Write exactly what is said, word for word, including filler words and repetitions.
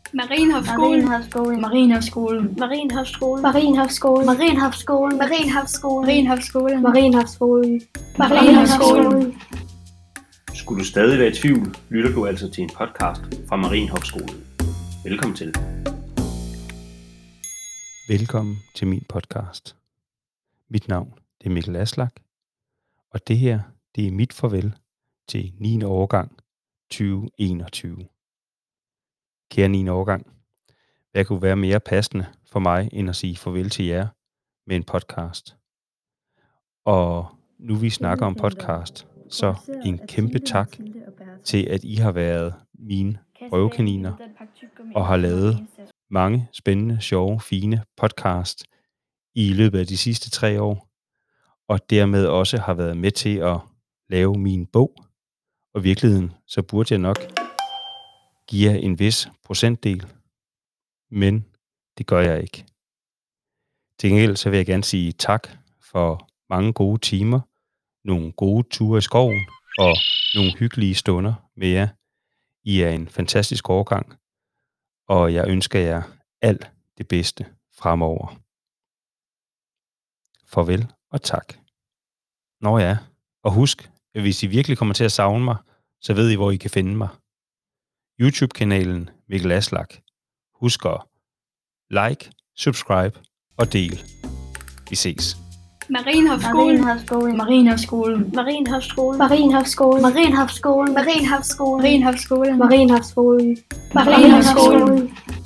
Marienhofskolen. Marienhofskolen. Marienhofskolen. Marienhofskolen. Marienhofskolen. Marienhofskolen. Marienhofskolen. Marienhofskolen. Marienhofskolen. Skulle du stadig være i tvivl, lytter du altså til en podcast fra Marienhofskolen. Velkommen til. Velkommen til min podcast. Mit navn det er Mikkel Aslak, og det her det er mit farvel til niende årgang tyve enogtyve. Kære niende årgang, hvad kunne være mere passende for mig end at sige farvel til jer med en podcast? Og nu vi snakker om podcast, så en kæmpe tak til, at I har været mine prøvekaniner og har lavet mange spændende, sjove, fine podcast i løbet af de sidste tre år, og dermed også har været med til at lave min bog. Og i virkeligheden, så burde jeg nok give jer en vis procentdel, men det gør jeg ikke. Til gengæld så vil jeg gerne sige tak for mange gode timer, nogle gode ture i skoven og nogle hyggelige stunder med jer. I er en fantastisk årgang, og jeg ønsker jer alt det bedste fremover. Farvel og tak. Nå ja, og husk, at hvis I virkelig kommer til at savne mig, så ved I, hvor I kan finde mig. YouTube-kanalen Mikkel Aslak. Husk at like, subscribe og del. Vi ses. Marienhofskolen. Marienhofskolen. Marienhofskolen. Marienhofskolen. Marienhofskolen. Marienhofskolen. Marienhofskolen. Marienhofskolen. Marienhofskolen. Marienhofskolen. Marienhofskolen.